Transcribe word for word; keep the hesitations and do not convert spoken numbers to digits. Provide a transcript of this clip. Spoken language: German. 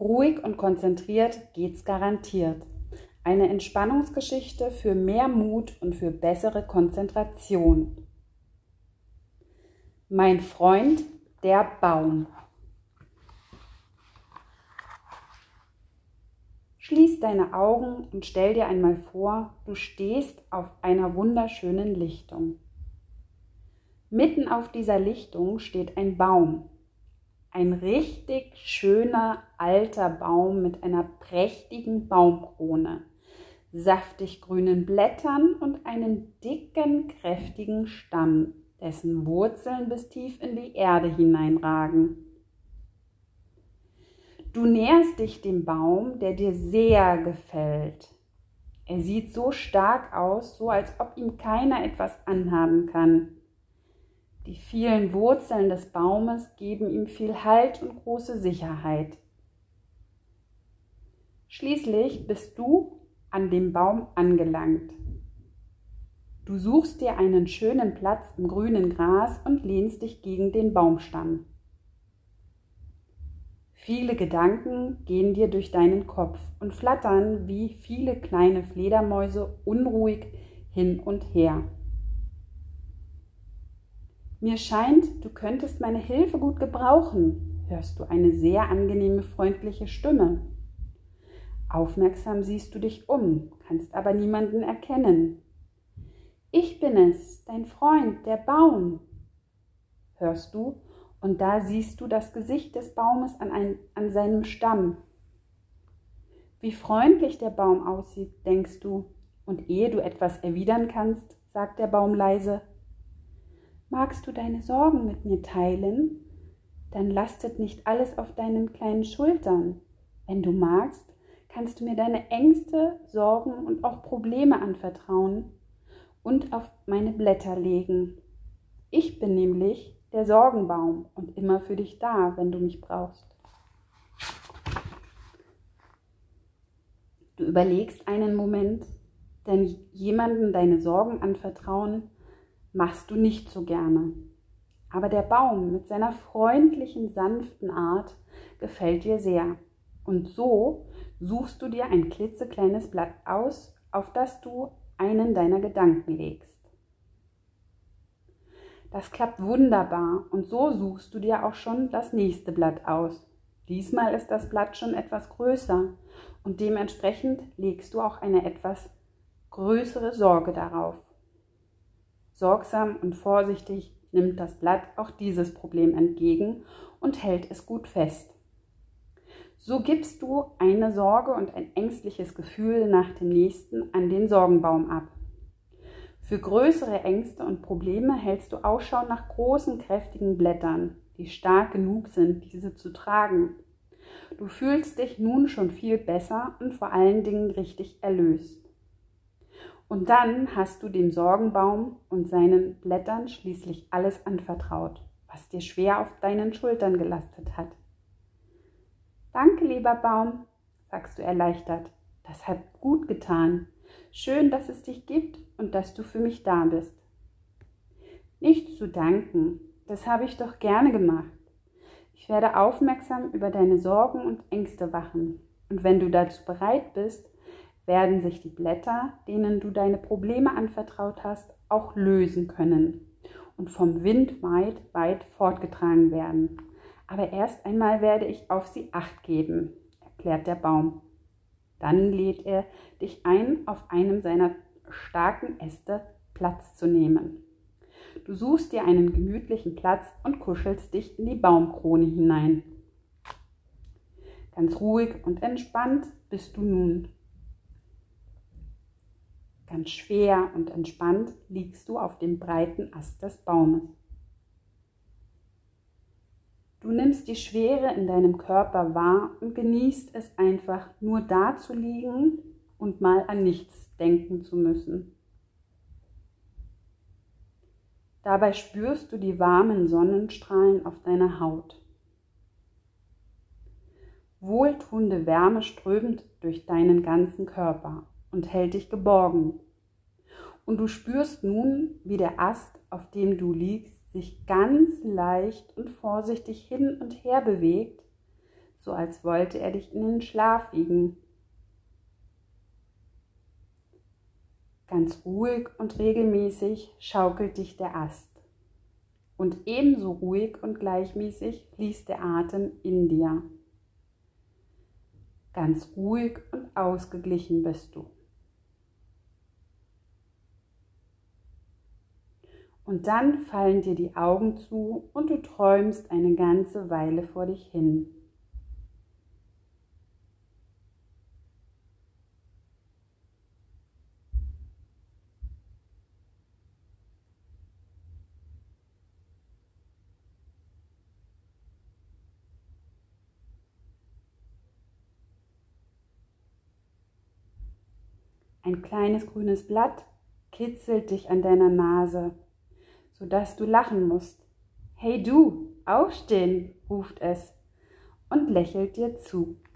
Ruhig und konzentriert geht's garantiert. Eine Entspannungsgeschichte für mehr Mut und für bessere Konzentration. Mein Freund, der Baum. Schließ deine Augen und stell dir einmal vor, du stehst auf einer wunderschönen Lichtung. Mitten auf dieser Lichtung steht ein Baum. Ein richtig schöner alter Baum mit einer prächtigen Baumkrone, saftig grünen Blättern und einem dicken, kräftigen Stamm, dessen Wurzeln bis tief in die Erde hineinragen. Du näherst dich dem Baum, der dir sehr gefällt. Er sieht so stark aus, so als ob ihm keiner etwas anhaben kann. Die vielen Wurzeln des Baumes geben ihm viel Halt und große Sicherheit. Schließlich bist du an dem Baum angelangt. Du suchst dir einen schönen Platz im grünen Gras und lehnst dich gegen den Baumstamm. Viele Gedanken gehen dir durch deinen Kopf und flattern wie viele kleine Fledermäuse unruhig hin und her. Mir scheint, du könntest meine Hilfe gut gebrauchen, hörst du eine sehr angenehme, freundliche Stimme. Aufmerksam siehst du dich um, kannst aber niemanden erkennen. Ich bin es, dein Freund, der Baum, hörst du, und da siehst du das Gesicht des Baumes an, ein, an seinem Stamm. Wie freundlich der Baum aussieht, denkst du, und ehe du etwas erwidern kannst, sagt der Baum leise: Magst du deine Sorgen mit mir teilen? Dann lastet nicht alles auf deinen kleinen Schultern. Wenn du magst, kannst du mir deine Ängste, Sorgen und auch Probleme anvertrauen und auf meine Blätter legen. Ich bin nämlich der Sorgenbaum und immer für dich da, wenn du mich brauchst. Du überlegst einen Moment, denn jemandem deine Sorgen anvertrauen machst du nicht so gerne. Aber der Baum mit seiner freundlichen, sanften Art gefällt dir sehr. Und so suchst du dir ein klitzekleines Blatt aus, auf das du einen deiner Gedanken legst. Das klappt wunderbar und so suchst du dir auch schon das nächste Blatt aus. Diesmal ist das Blatt schon etwas größer und dementsprechend legst du auch eine etwas größere Sorge darauf. Sorgsam und vorsichtig nimmt das Blatt auch dieses Problem entgegen und hält es gut fest. So gibst du eine Sorge und ein ängstliches Gefühl nach dem nächsten an den Sorgenbaum ab. Für größere Ängste und Probleme hältst du Ausschau nach großen, kräftigen Blättern, die stark genug sind, diese zu tragen. Du fühlst dich nun schon viel besser und vor allen Dingen richtig erlöst. Und dann hast du dem Sorgenbaum und seinen Blättern schließlich alles anvertraut, was dir schwer auf deinen Schultern gelastet hat. Danke, lieber Baum, sagst du erleichtert. Das hat gut getan. Schön, dass es dich gibt und dass du für mich da bist. Nichts zu danken, das habe ich doch gerne gemacht. Ich werde aufmerksam über deine Sorgen und Ängste wachen. Und wenn du dazu bereit bist, werden sich die Blätter, denen du deine Probleme anvertraut hast, auch lösen können und vom Wind weit, weit fortgetragen werden. Aber erst einmal werde ich auf sie Acht geben, erklärt der Baum. Dann lädt er dich ein, auf einem seiner starken Äste Platz zu nehmen. Du suchst dir einen gemütlichen Platz und kuschelst dich in die Baumkrone hinein. Ganz ruhig und entspannt bist du nun. Ganz schwer und entspannt liegst du auf dem breiten Ast des Baumes. Du nimmst die Schwere in deinem Körper wahr und genießt es einfach, nur da zu liegen und mal an nichts denken zu müssen. Dabei spürst du die warmen Sonnenstrahlen auf deiner Haut. Wohltuende Wärme strömt durch deinen ganzen Körper und hält dich geborgen. Und du spürst nun, wie der Ast, auf dem du liegst, sich ganz leicht und vorsichtig hin und her bewegt, so als wollte er dich in den Schlaf wiegen. Ganz ruhig und regelmäßig schaukelt dich der Ast. Und ebenso ruhig und gleichmäßig fließt der Atem in dir. Ganz ruhig und ausgeglichen bist du. Und dann fallen dir die Augen zu und du träumst eine ganze Weile vor dich hin. Ein kleines grünes Blatt kitzelt dich an deiner Nase, sodass du lachen musst. Hey du, aufstehen, ruft es und lächelt dir zu.